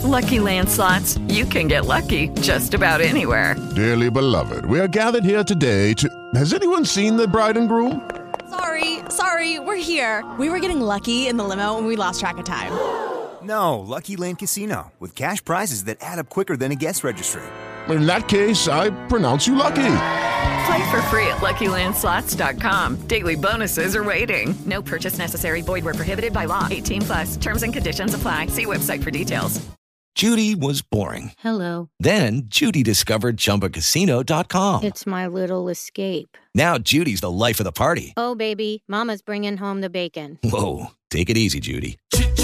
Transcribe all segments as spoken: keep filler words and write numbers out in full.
Lucky Land Slots, you can get lucky just about anywhere. Dearly beloved, we are gathered here today to... Has anyone seen the bride and groom? Sorry, sorry, we're here. We were getting lucky in the limo and we lost track of time. No, Lucky Land Casino, with cash prizes that add up quicker than a guest registry. In that case, I pronounce you lucky. Play for free at Lucky Land Slots dot com. Daily bonuses are waiting. No purchase necessary. Void where prohibited by law. eighteen plus. Terms and conditions apply. See website for details. Judy was boring. Hello. Then Judy discovered Chumba Casino dot com. It's my little escape. Now Judy's the life of the party. Oh, baby, mama's bringing home the bacon. Whoa, take it easy, Judy.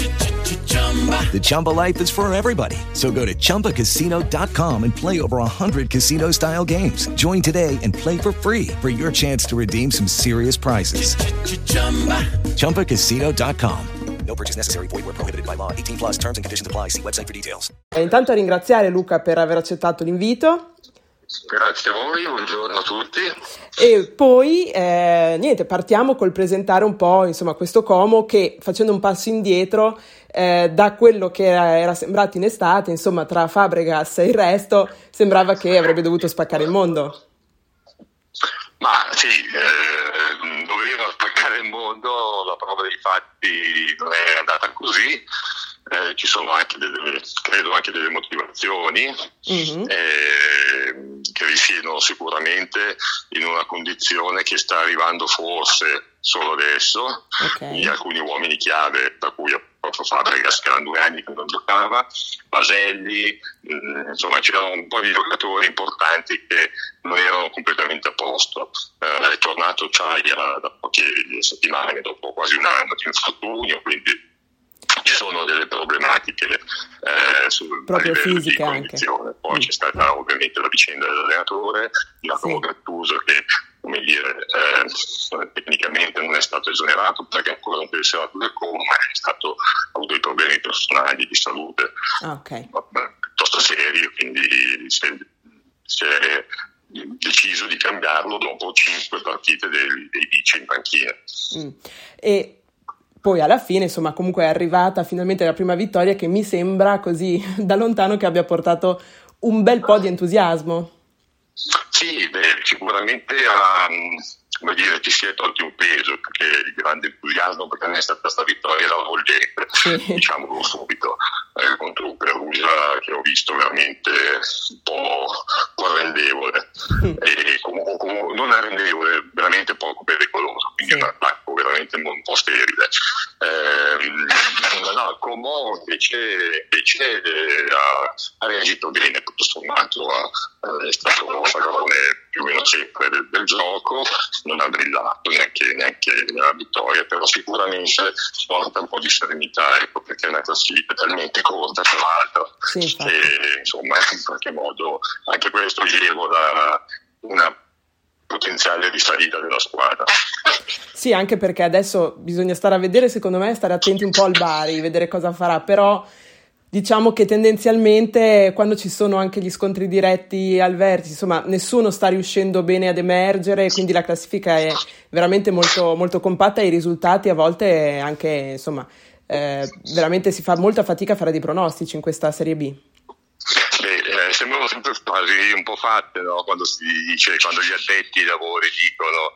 The Chumba life is for everybody. So go to Chumba Casino dot com and play over one hundred casino-style games. Join today and play for free for your chance to redeem some serious prizes. Chumba Casino dot com. No purchase necessary. Void where prohibited by law. eighteen plus terms and conditions apply. See website for details. E intanto a ringraziare Luca per aver accettato l'invito. Grazie a voi, buongiorno a tutti. E poi eh, niente, partiamo col presentare un po' insomma questo Como che, facendo un passo indietro eh, da quello che era, era sembrato in estate, insomma tra Fabregas e il resto sembrava che avrebbe dovuto spaccare il mondo. Ma sì, eh, doveva spaccare il mondo, la prova dei fatti non è andata così. Eh, ci sono anche delle, credo anche delle motivazioni mm-hmm. eh, che risiedono sicuramente in una condizione che sta arrivando forse solo adesso, okay. In alcuni uomini chiave, da cui proprio Fabregas che erano due anni che non giocava, Baselli, mh, insomma c'erano un po' di giocatori importanti che non erano completamente a posto. Eh, è tornato Ciaia da poche settimane, dopo quasi un anno di infortunio, quindi ci sono delle problematiche eh, sul proprio fisiche anche. Poi mm. c'è stata ovviamente la vicenda dell'allenatore, Giacomo sì. Gattuso, che come dire eh, tecnicamente non è stato esonerato perché ancora non deve essere del Como, ma è stato ha avuto dei problemi personali di salute ah, okay. piuttosto seri, quindi si è, si è deciso di cambiarlo dopo cinque partite dei, dei vice in panchina. Mm. E poi alla fine, insomma, comunque è arrivata finalmente la prima vittoria che mi sembra così da lontano che abbia portato un bel po' di entusiasmo. Sì, beh, sicuramente um, come dire, ci si è tolti un peso, perché il grande entusiasmo perché non è stata questa vittoria era avvolgente, sì. Diciamolo subito, eh, contro un Perugia che ho visto veramente un po' arrendevole, mm. e comunque, comunque non arrendevole, veramente poco pericoloso, quindi sì. Un attacco veramente un po' sterile. Eh, no, Como invece, invece eh, ha, ha reagito bene, tutto sommato ha, è stato un padrone più o meno sempre del, del gioco, non ha brillato neanche, neanche nella vittoria, però sicuramente porta un po' di serenità, ecco, perché è una classifica talmente corta tra l'altro sì, che insomma in qualche modo anche questo agevola una potenziale risalita della squadra. Sì, anche perché adesso bisogna stare a vedere, secondo me, stare attenti un po' al Bari, vedere cosa farà, però diciamo che tendenzialmente quando ci sono anche gli scontri diretti al vertice, insomma, nessuno sta riuscendo bene ad emergere, quindi la classifica è veramente molto, molto compatta e i risultati a volte anche, insomma, eh, veramente si fa molta fatica a fare dei pronostici in questa Serie B. Beh, eh, sembrano sempre quasi un po' fatte, no? Quando si dice, quando gli addetti ai lavori dicono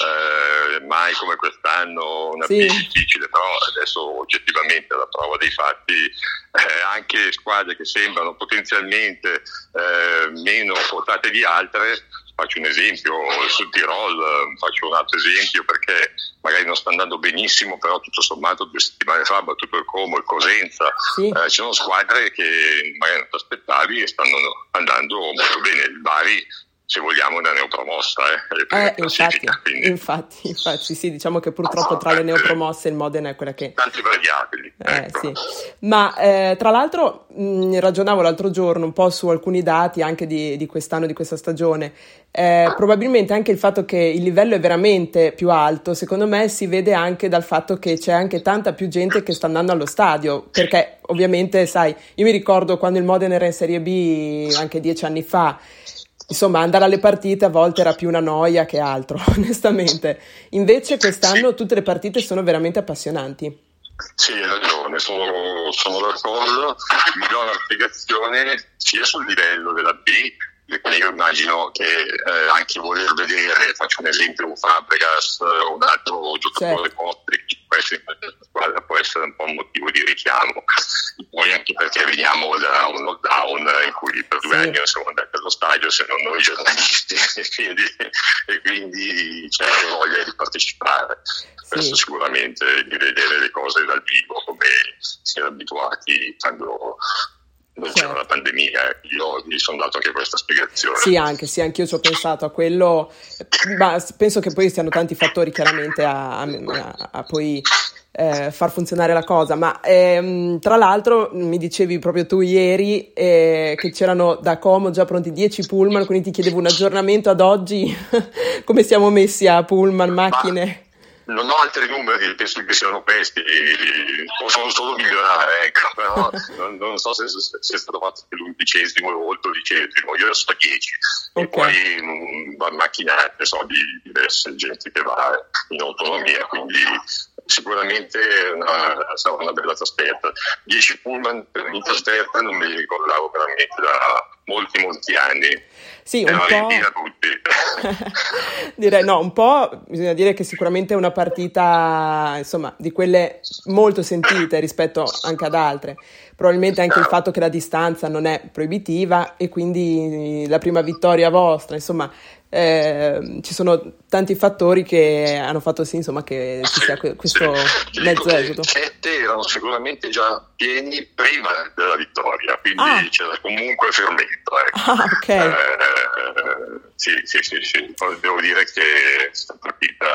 eh, mai come quest'anno una sì. B difficile, però adesso oggettivamente alla prova dei fatti eh, anche squadre che sembrano potenzialmente eh, meno portate di altre. Faccio un esempio sul Tirol, faccio un altro esempio perché magari non sta andando benissimo, però tutto sommato due settimane fa ha battuto il Como, il Cosenza, sì. eh, ci sono squadre che magari non ti aspettavi e stanno andando molto bene. Il Bari, se vogliamo, è una neopromossa, eh, eh infatti, infatti, infatti, sì, diciamo che purtroppo tra le neopromosse il Modena è quella che... Tante variabili. Eh, ecco. sì. Ma eh, tra l'altro mh, ragionavo l'altro giorno un po' su alcuni dati anche di, di quest'anno, di questa stagione. Eh, probabilmente anche il fatto che il livello è veramente più alto, secondo me si vede anche dal fatto che c'è anche tanta più gente che sta andando allo stadio, perché ovviamente, sai, io mi ricordo quando il Modena era in Serie B anche dieci anni fa, insomma, andare alle partite a volte era più una noia che altro, onestamente. Invece quest'anno tutte le partite sono veramente appassionanti. Sì, hai ragione, sono, sono d'accordo. Mi do una spiegazione sia sul livello della B, perché io immagino che eh, anche voler vedere, faccio un esempio, un Fabregas o un altro giocatore forte che può essere in questa squadra, può essere un po' un motivo di richiamo. Poi anche perché veniamo da un lockdown in cui per due sì. anni non siamo andati allo stadio se non noi giornalisti e quindi, e quindi c'è voglia di partecipare. Sì. Questo sicuramente, di vedere le cose dal vivo come si era abituati quando non c'era la pandemia. Io mi sono dato anche questa spiegazione. Sì, anche sì, anche io ci ho pensato a quello, ma penso che poi siano tanti fattori chiaramente a, a, a poi eh, far funzionare la cosa, ma ehm, tra l'altro mi dicevi proprio tu ieri eh, che c'erano da Como già pronti dieci pullman, quindi ti chiedevo un aggiornamento ad oggi come siamo messi a pullman, macchine. Ma non ho altri numeri, penso che siano questi, possono solo migliorare, ecco, però non, non so se, se, se è stato fatto l'undicesimo o il dodicesimo, io so dieci, okay. E poi va macchinate, so di diverse gente che va in autonomia, quindi sicuramente una, sarà una bella trasferta. dieci pullman per una trasferta non mi ricordavo veramente da molti molti anni. Sì, un po'. Tutti. Direi no, un po' bisogna dire che sicuramente è una partita, insomma, di quelle molto sentite rispetto anche ad altre. Probabilmente anche il fatto che la distanza non è proibitiva e quindi la prima vittoria vostra, insomma, eh, ci sono tanti fattori che hanno fatto sì, insomma, che ci sia questo sì. mezzo esodo. Sette erano sicuramente già pieni prima della vittoria, quindi ah. c'era comunque fermento. Ecco. Ah, ok. Eh, sì, sì, sì, sì. Devo dire che questa partita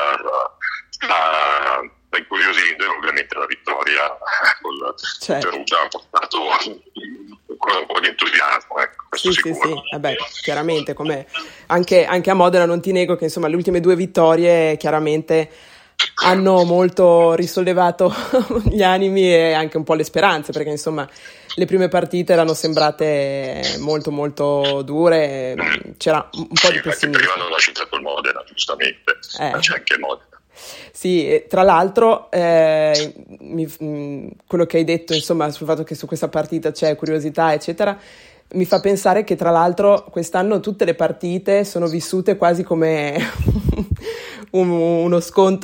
sta, sta incuriosendo, ovviamente la vittoria col certo. Perugia ha portato ancora un po' di entusiasmo, ecco, questo sì, sicuro. Sì, sì, vabbè, chiaramente, come anche, anche a Modena non ti nego che insomma le ultime due vittorie chiaramente hanno molto risollevato gli animi e anche un po' le speranze, perché insomma le prime partite erano sembrate molto molto dure, c'era un po' sì, di pessimismo. Prima non ho citato il Modena, giustamente, eh. ma c'è anche il Modena. Sì, tra l'altro eh, mi, mh, quello che hai detto insomma sul fatto che su questa partita c'è curiosità eccetera mi fa pensare che tra l'altro quest'anno tutte le partite sono vissute quasi come un, uno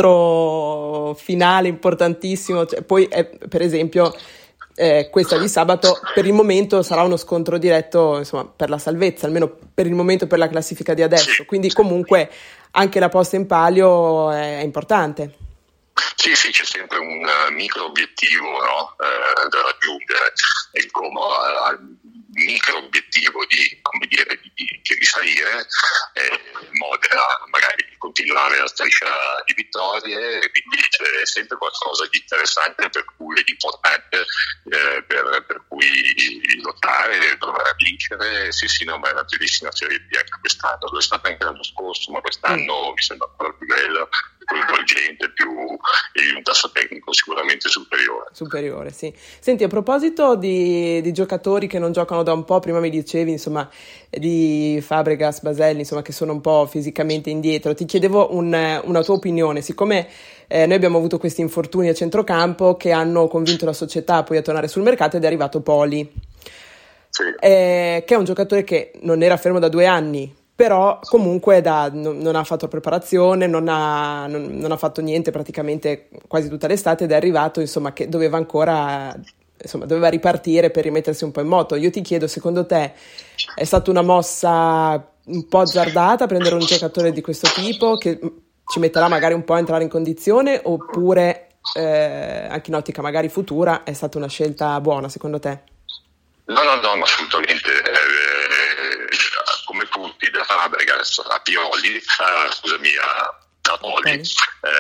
scontro finale importantissimo, cioè, poi è, per esempio eh, questa di sabato per il momento sarà uno scontro diretto insomma per la salvezza, almeno per il momento per la classifica di adesso, quindi comunque anche la posta in palio è importante. Sì, sì, c'è sempre un uh, micro obiettivo, no? eh, da raggiungere, e il Como ha il micro obiettivo di, come dire, di, di, di risalire, eh, Modena magari di continuare la striscia di vittorie, e quindi c'è sempre qualcosa di interessante per cui di importante eh, per, per cui lottare, provare a vincere. Sì, sì, no, ma è una bellissima Serie B anche quest'anno, lo è stata anche l'anno scorso, ma quest'anno mm. mi sembra ancora più bella, coinvolgente, più e un tasso tecnico sicuramente superiore. Superiore, sì. Senti, a proposito di, di giocatori che non giocano da un po', prima mi dicevi, insomma, di Fabregas, Baselli, insomma, che sono un po' fisicamente indietro. Ti chiedevo un, una tua opinione, siccome eh, noi abbiamo avuto questi infortuni a centrocampo che hanno convinto la società poi a tornare sul mercato ed è arrivato Poli, sì. eh, che è un giocatore che non era fermo da due anni, però comunque da, non, non ha fatto preparazione, non ha, non, non ha fatto niente praticamente quasi tutta l'estate ed è arrivato insomma che doveva ancora insomma doveva ripartire per rimettersi un po' in moto. Io ti chiedo, secondo te è stata una mossa un po' azzardata prendere un giocatore di questo tipo che ci metterà magari un po' a entrare in condizione, oppure eh, anche in ottica magari futura è stata una scelta buona secondo te? No, no, no, assolutamente. Eh, come tutti, da Fabregas a Pioli, eh, scusami, a, a Poli, okay.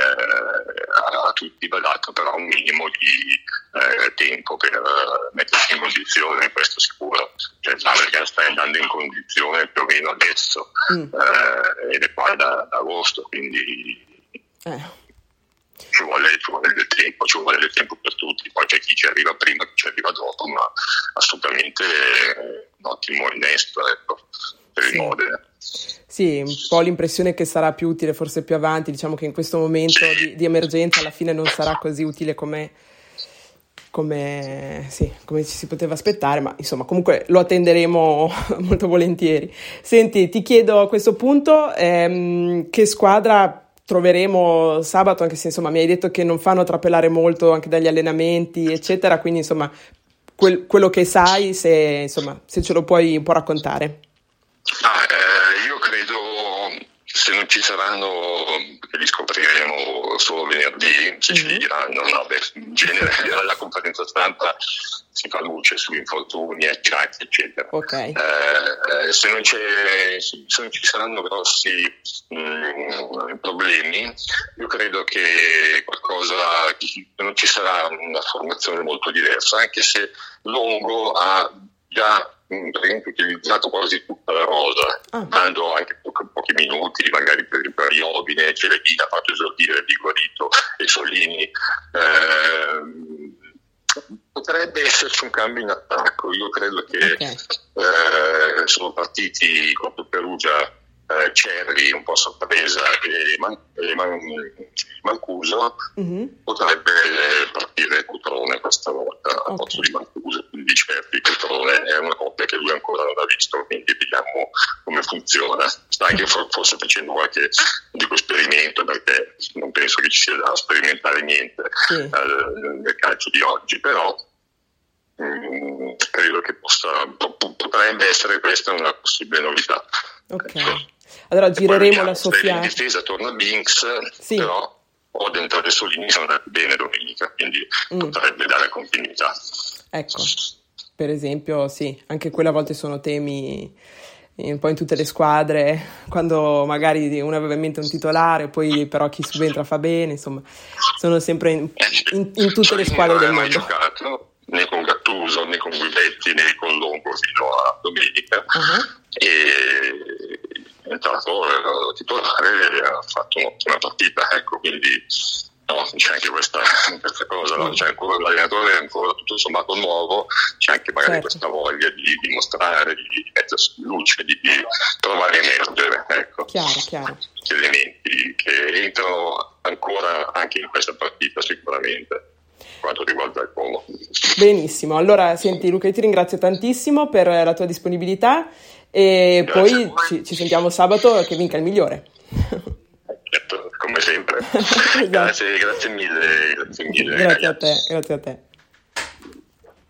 eh, a, a tutti va dato però un minimo di eh, tempo per uh, mettersi in condizione, questo sicuro. Cioè Fabregas sta andando in condizione più o meno adesso, mm. eh, ed è poi da, da agosto, quindi eh. Ci vuole, ci vuole del tempo, ci vuole del tempo per tutti, poi c'è chi ci arriva prima, chi ci arriva dopo, ma assolutamente un ottimo innesto, ecco, per sì. il Modena. Sì, un po' l'impressione che sarà più utile forse più avanti, diciamo che in questo momento sì. di, di emergenza alla fine non sarà così utile come, come, sì, come ci si poteva aspettare, ma insomma comunque lo attenderemo molto volentieri. Senti, ti chiedo a questo punto ehm, che squadra troveremo sabato, anche se insomma mi hai detto che non fanno trapelare molto anche dagli allenamenti eccetera, quindi insomma quel, quello che sai, se insomma se ce lo puoi un po' raccontare. Ah, eh, io credo, se non ci saranno, che li scopriremo solo venerdì, se mm-hmm. ci diranno, no, beh, in genere alla conferenza stampa si fa luce su infortuni, chat, eccetera. Okay. Eh, se, non c'è, se non ci saranno grossi mh, problemi, io credo che qualcosa, non ci sarà una formazione molto diversa, anche se Longo ha già per esempio utilizzato quasi tutta la rosa, ah. dando anche po- pochi minuti magari per esempio a Iovine, Celedina ha fatto esordire Vigorito e Solini. Eh, potrebbe esserci un cambio in attacco, io credo che okay. eh, sono partiti contro Perugia eh, Cerri un po' sorpresa e, Man- e Man- Mancuso, mm-hmm. potrebbe partire Cutrone questa volta a okay. posto di Mancuso, quindi Cerri Cutrone è una coppia che lui ancora non ha visto, quindi vediamo come funziona. Sta anche forse facendo qualche dico esperimento, perché non penso che ci sia da sperimentare niente sì. eh, nel calcio di oggi, però mh, credo che possa, potrebbe essere questa una possibile novità. Ok, ecco. Allora gireremo la Sofia. In difesa torna Binks, sì. però Odenthal e Solini sono andati bene domenica, quindi mm. potrebbe dare continuità. Ecco, per esempio, sì, anche quelle a volte sono temi un po' in tutte le squadre, quando magari uno aveva in mente un titolare, poi però chi subentra fa bene, insomma, sono sempre in, in, in tutte le squadre del mondo. Non ha mai giocato né con Gattuso né con Guidetti né con Longo fino a domenica, uh-huh. e è entrato titolare e ha fatto un'ottima partita, ecco, quindi no, c'è anche questa, questa cosa, no? C'è ancora l'allenatore è ancora tutto sommato nuovo, c'è anche magari certo. questa voglia di dimostrare, di, di mettersi in luce, di, di provare a emergere, ecco, chiaro, chiaro. Gli elementi che entrano ancora anche in questa partita sicuramente, quanto riguarda il Como. Benissimo, allora senti Luca, io ti ringrazio tantissimo per la tua disponibilità e grazie poi ci, ci sentiamo sabato, che vinca il migliore. Certo, come sempre. esatto. grazie, grazie mille, grazie mille. Grazie a te, grazie a te.